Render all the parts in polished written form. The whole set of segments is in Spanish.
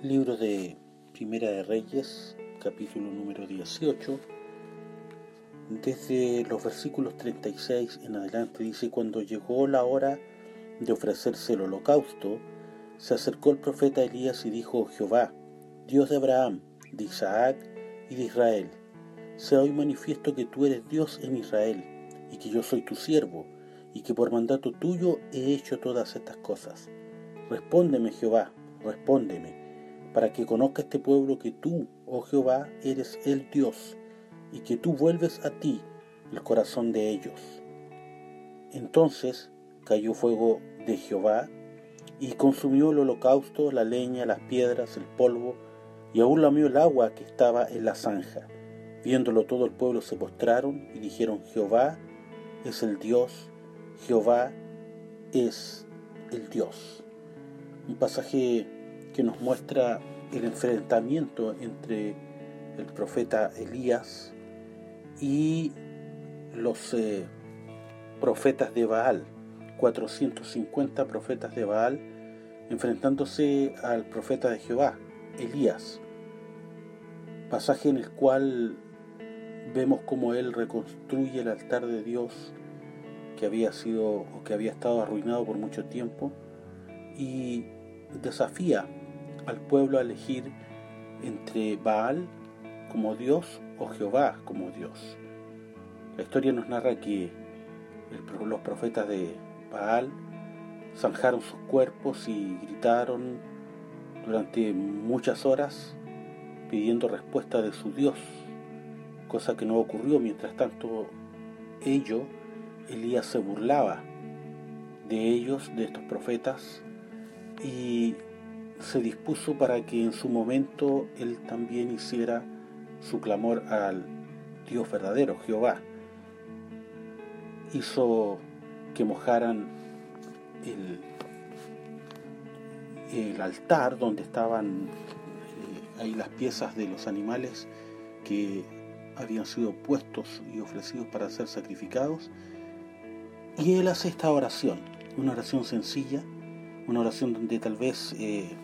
Libro de Primera de Reyes, capítulo número 18, desde los versículos 36 en adelante, dice: Cuando llegó la hora de ofrecerse el holocausto, se acercó el profeta Elías y dijo: Jehová, Dios de Abraham, de Isaac y de Israel, sea hoy manifiesto que tú eres Dios en Israel, y que yo soy tu siervo, y que por mandato tuyo he hecho todas estas cosas. Respóndeme, Jehová, respóndeme, para que conozca este pueblo que tú, oh Jehová, eres el Dios, y que tú vuelves a ti el corazón de ellos. Entonces cayó fuego de Jehová, y consumió el holocausto, la leña, las piedras, el polvo, y aún lamió el agua que estaba en la zanja. Viéndolo todo el pueblo se postraron y dijeron: Jehová es el Dios, Jehová es el Dios. Un pasaje que nos muestra el enfrentamiento entre el profeta Elías y los profetas de Baal, 450 profetas de Baal enfrentándose al profeta de Jehová, Elías. Pasaje en el cual vemos cómo él reconstruye el altar de Dios que había estado arruinado por mucho tiempo, y desafía al pueblo a elegir entre Baal como Dios o Jehová como Dios. La historia nos narra que los profetas de Baal zanjaron sus cuerpos y gritaron durante muchas horas pidiendo respuesta de su Dios, cosa que no ocurrió. Mientras tanto, Elías se burlaba de ellos, de estos profetas, y se dispuso para que en su momento él también hiciera su clamor al Dios verdadero, Jehová. Hizo que mojaran el altar donde estaban ahí las piezas de los animales que habían sido puestos y ofrecidos para ser sacrificados, y él hace esta oración, una oración sencilla, una oración donde tal vez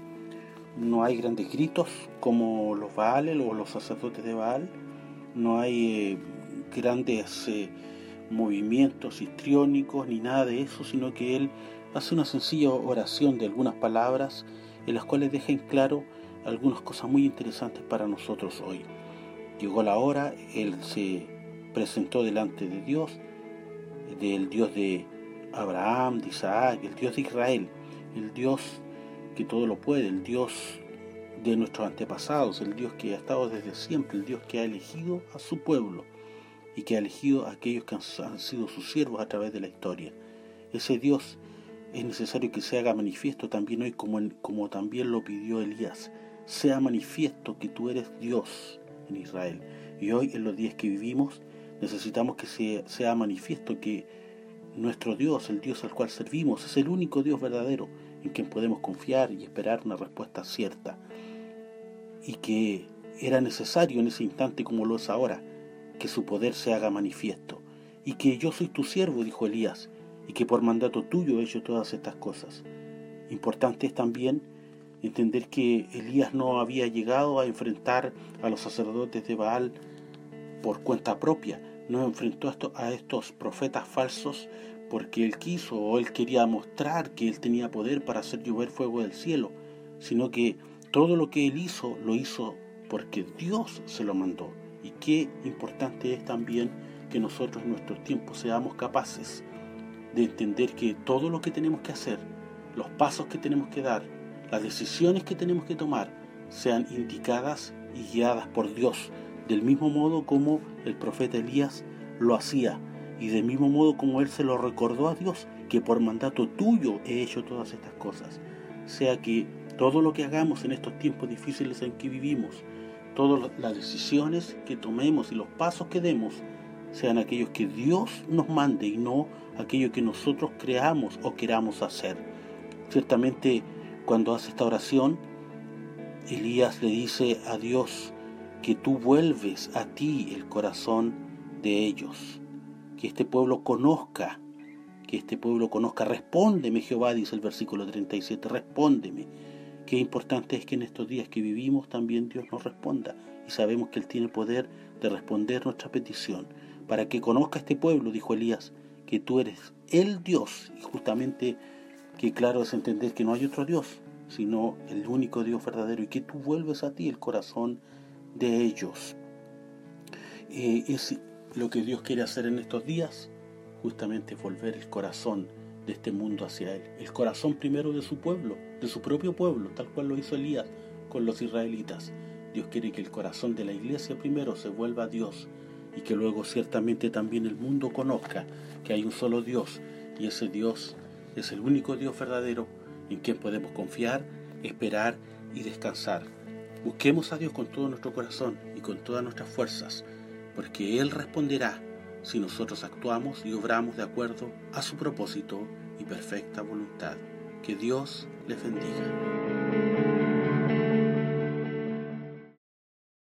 no hay grandes gritos como los Baales o los sacerdotes de Baal, no hay grandes movimientos histriónicos ni nada de eso, sino que él hace una sencilla oración de algunas palabras en las cuales deja en claro algunas cosas muy interesantes para nosotros hoy. Llegó la hora, él se presentó delante de Dios, del Dios de Abraham, de Isaac, el Dios de Israel, el Dios que todo lo puede, el Dios de nuestros antepasados, el Dios que ha estado desde siempre, el Dios que ha elegido a su pueblo y que ha elegido a aquellos que han sido sus siervos a través de la historia. Ese Dios es necesario que se haga manifiesto también hoy, como también lo pidió Elías. Sea manifiesto que tú eres Dios en Israel. Y hoy, en los días que vivimos, necesitamos que sea manifiesto que nuestro Dios, el Dios al cual servimos, es el único Dios verdadero en quien podemos confiar y esperar una respuesta cierta. Y que era necesario en ese instante, como lo es ahora, que su poder se haga manifiesto. Y que yo soy tu siervo, dijo Elías, y que por mandato tuyo he hecho todas estas cosas. Importante es también entender que Elías no había llegado a enfrentar a los sacerdotes de Baal por cuenta propia. No enfrentó a estos profetas falsos porque él quiso o él quería mostrar que él tenía poder para hacer llover fuego del cielo, sino que todo lo que él hizo, lo hizo porque Dios se lo mandó. Y qué importante es también que nosotros en nuestros tiempos seamos capaces de entender que todo lo que tenemos que hacer, los pasos que tenemos que dar, las decisiones que tenemos que tomar, sean indicadas y guiadas por Dios, del mismo modo como el profeta Elías lo hacía, y del mismo modo como él se lo recordó a Dios, que por mandato tuyo he hecho todas estas cosas. Sea que todo lo que hagamos en estos tiempos difíciles en que vivimos, todas las decisiones que tomemos y los pasos que demos, sean aquellos que Dios nos mande y no aquello que nosotros creamos o queramos hacer. Ciertamente, cuando hace esta oración, Elías le dice a Dios que tú vuelves a ti el corazón de ellos, que este pueblo conozca, respóndeme, Jehová, dice el versículo 37, respóndeme, qué importante es que en estos días que vivimos también Dios nos responda, y sabemos que Él tiene poder de responder nuestra petición. Para que conozca este pueblo, dijo Elías, que tú eres el Dios, y justamente que claro es entender que no hay otro Dios, sino el único Dios verdadero, y que tú vuelves a ti el corazón de ellos. Es lo que Dios quiere hacer en estos días, justamente volver el corazón de este mundo hacia Él, el corazón primero de su pueblo, de su propio pueblo, tal cual lo hizo Elías con los israelitas. Dios quiere que el corazón de la iglesia primero se vuelva a Dios, y que luego ciertamente también el mundo conozca que hay un solo Dios, y ese Dios es el único Dios verdadero en quien podemos confiar, esperar y descansar. Busquemos a Dios con todo nuestro corazón y con todas nuestras fuerzas, porque Él responderá si nosotros actuamos y obramos de acuerdo a su propósito y perfecta voluntad. Que Dios les bendiga.